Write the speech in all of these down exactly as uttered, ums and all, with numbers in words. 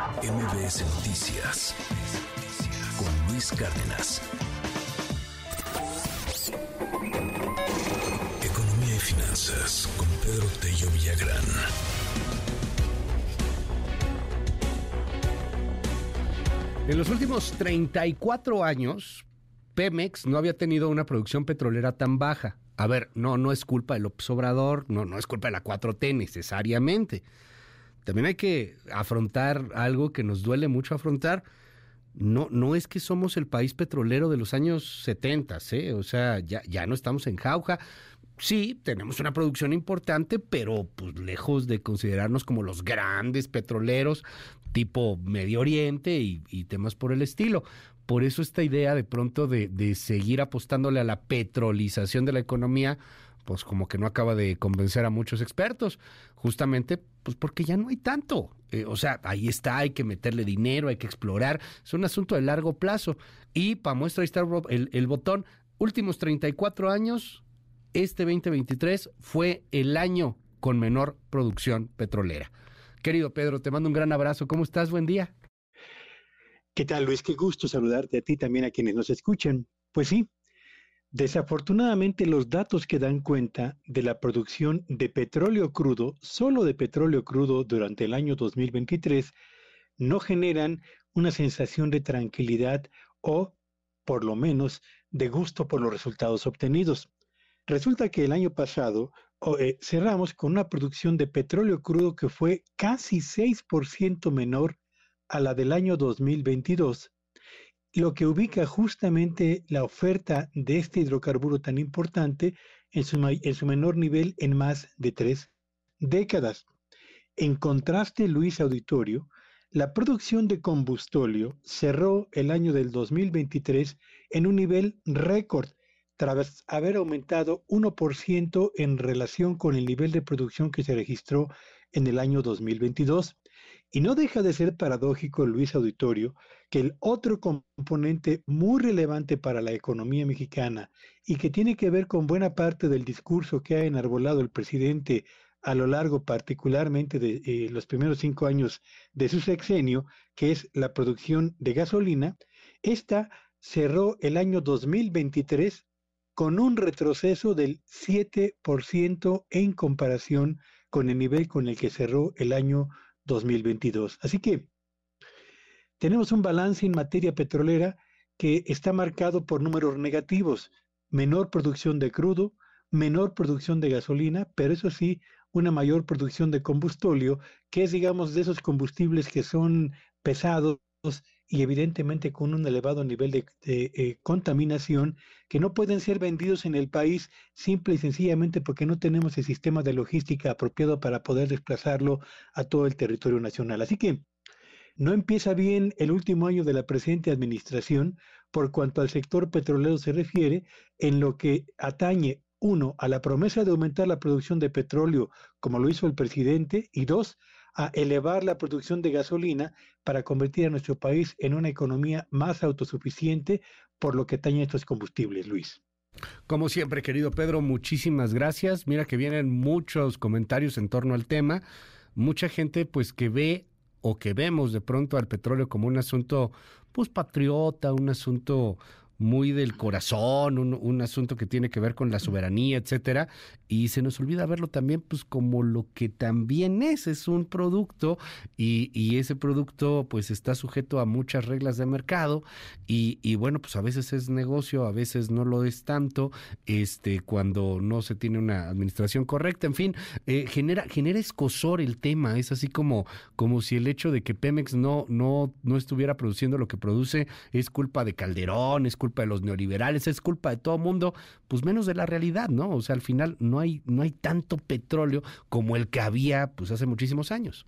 M B S Noticias con Luis Cárdenas. Economía y finanzas con Pedro Tello Villagrán. En los últimos treinta y cuatro años, Pemex no había tenido una producción petrolera tan baja. A ver, no, no es culpa del López Obrador, no, no es culpa de la cuatro T necesariamente. También hay que afrontar algo que nos duele mucho afrontar. No, no es que somos el país petrolero de los años setenta, ¿eh? O sea, ya, ya no estamos en jauja. Sí, tenemos una producción importante, pero pues lejos de considerarnos como los grandes petroleros tipo Medio Oriente y, y temas por el estilo. Por eso esta idea de pronto de, de seguir apostándole a la petrolización de la economía, pues como que no acaba de convencer a muchos expertos, justamente pues porque ya no hay tanto. Eh, o sea, ahí está, hay que meterle dinero, hay que explorar, es un asunto de largo plazo. Y para muestra, ahí está el, el botón, últimos treinta y cuatro años, este veinte veintitrés fue el año con menor producción petrolera. Querido Pedro, te mando un gran abrazo, ¿cómo estás? Buen día. ¿Qué tal, Luis? Qué gusto saludarte a ti, también a quienes nos escuchan. Pues sí, desafortunadamente los datos que dan cuenta de la producción de petróleo crudo, solo de petróleo crudo durante el año dos mil veintitrés, no generan una sensación de tranquilidad o, por lo menos, de gusto por los resultados obtenidos. Resulta que el año pasado eh, cerramos con una producción de petróleo crudo que fue casi seis por ciento menor a la del año dos mil veintidós, lo que ubica justamente la oferta de este hidrocarburo tan importante en su, en su menor nivel en más de tres décadas. En contraste, Luis Auditorio, la producción de combustóleo cerró el año del dos mil veintitrés en un nivel récord, tras haber aumentado uno por ciento en relación con el nivel de producción que se registró en el año dos mil veintidós. Y no deja de ser paradójico, Luis Auditorio, que el otro componente muy relevante para la economía mexicana y que tiene que ver con buena parte del discurso que ha enarbolado el presidente a lo largo particularmente de eh, los primeros cinco años de su sexenio, que es la producción de gasolina, esta cerró el año dos mil veintitrés con un retroceso del siete por ciento en comparación con el nivel con el que cerró el año dos mil veintidós. Así que tenemos un balance en materia petrolera que está marcado por números negativos, menor producción de crudo, menor producción de gasolina, pero eso sí, una mayor producción de combustóleo, que es, digamos, de esos combustibles que son pesados y evidentemente con un elevado nivel de, de eh, contaminación, que no pueden ser vendidos en el país simple y sencillamente porque no tenemos el sistema de logística apropiado para poder desplazarlo a todo el territorio nacional. Así que no empieza bien el último año de la presente administración por cuanto al sector petrolero se refiere, en lo que atañe, uno, a la promesa de aumentar la producción de petróleo como lo hizo el presidente, y dos, a elevar la producción de gasolina para convertir a nuestro país en una economía más autosuficiente por lo que atañe a estos combustibles, Luis. Como siempre, querido Pedro, muchísimas gracias. Mira que vienen muchos comentarios en torno al tema. Mucha gente pues que ve o que vemos de pronto al petróleo como un asunto pues patriota, un asunto muy del corazón, un, un asunto que tiene que ver con la soberanía, etcétera, y se nos olvida verlo también pues como lo que también es, es un producto, y, y ese producto pues está sujeto a muchas reglas de mercado, y, y bueno, pues a veces es negocio, a veces no lo es tanto, este, cuando no se tiene una administración correcta, en fin, eh, genera, genera escozor el tema, es así como, como si el hecho de que Pemex no, no, no estuviera produciendo lo que produce es culpa de Calderón, es culpa de los neoliberales, es culpa de todo mundo, pues menos de la realidad, ¿no? O sea, al final no hay, no hay tanto petróleo como el que había pues hace muchísimos años.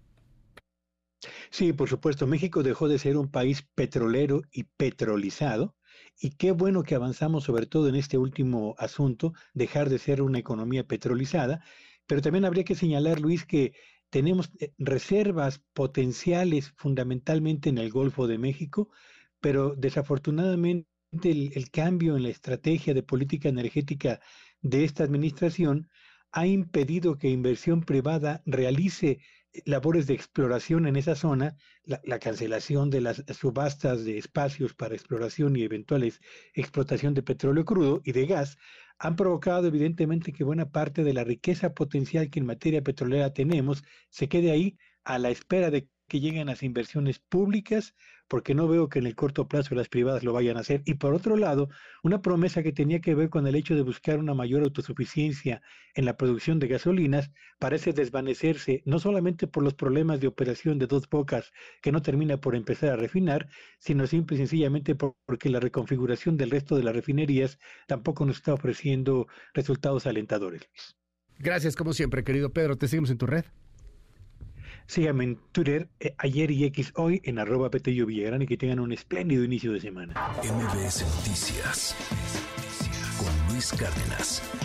Sí, por supuesto, México dejó de ser un país petrolero y petrolizado, y qué bueno que avanzamos sobre todo en este último asunto, dejar de ser una economía petrolizada, pero también habría que señalar, Luis, que tenemos reservas potenciales fundamentalmente en el Golfo de México, pero desafortunadamente El, el cambio en la estrategia de política energética de esta administración ha impedido que inversión privada realice labores de exploración en esa zona, la, la cancelación de las subastas de espacios para exploración y eventuales explotación de petróleo crudo y de gas, han provocado evidentemente que buena parte de la riqueza potencial que en materia petrolera tenemos se quede ahí a la espera de que lleguen las inversiones públicas, porque no veo que en el corto plazo las privadas lo vayan a hacer. Y por otro lado, una promesa que tenía que ver con el hecho de buscar una mayor autosuficiencia en la producción de gasolinas parece desvanecerse, no solamente por los problemas de operación de Dos Bocas, que no termina por empezar a refinar, sino simple y sencillamente porque la reconfiguración del resto de las refinerías tampoco nos está ofreciendo resultados alentadores. Gracias, como siempre, querido Pedro. Te seguimos en tu red. Síganme en Twitter, eh, ayer y X hoy, en arroba Petello Villagrán, y que tengan un espléndido inicio de semana. M B S Noticias con Luis Cárdenas.